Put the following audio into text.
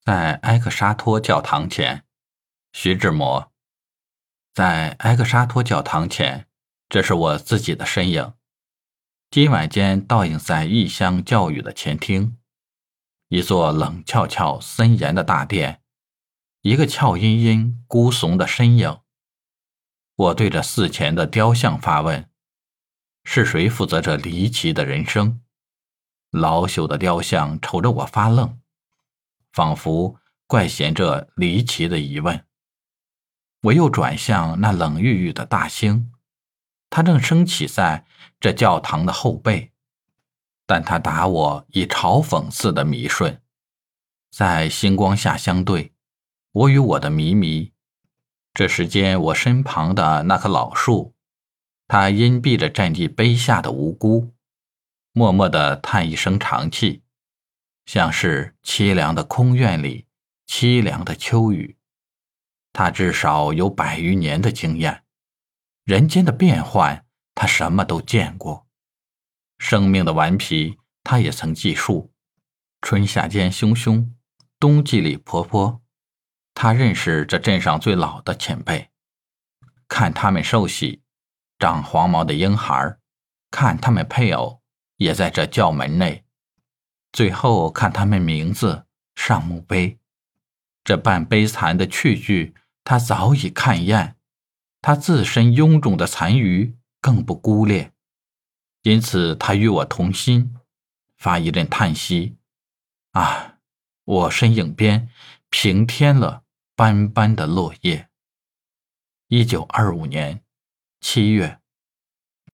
在埃克沙托教堂前，徐志摩。在埃克沙托教堂前，这是我自己的身影。今晚间倒映在异乡教育的前厅，一座冷峭峭森严的大殿，一个俏阴阴孤怂的身影。我对着寺前的雕像发问：是谁负责这离奇的人生？老朽的雕像瞅着我发愣，仿佛怪嫌这离奇的疑问。我又转向那冷郁郁的大星，它正升起在这教堂的后背，但它答我以嘲讽似的迷顺。在星光下相对，我与我的迷。这时间我身旁的那棵老树，它荫蔽着战地碑下的无辜，默默地叹一声长气，像是凄凉的空院里凄凉的秋雨。他至少有100余年的经验，人间的变幻他什么都见过，生命的顽皮他也曾记述，春夏间汹汹，冬季里婆婆。他认识这镇上最老的前辈，看他们受洗，长黄毛的婴孩，看他们配偶也在这教门内，最后看他们名字上墓碑。这般悲惨的去句他早已看厌，他自身臃肿的残余更不孤烈，因此他与我同心，发一阵叹息：啊，我身影边平添了斑斑的落叶。1925年7月。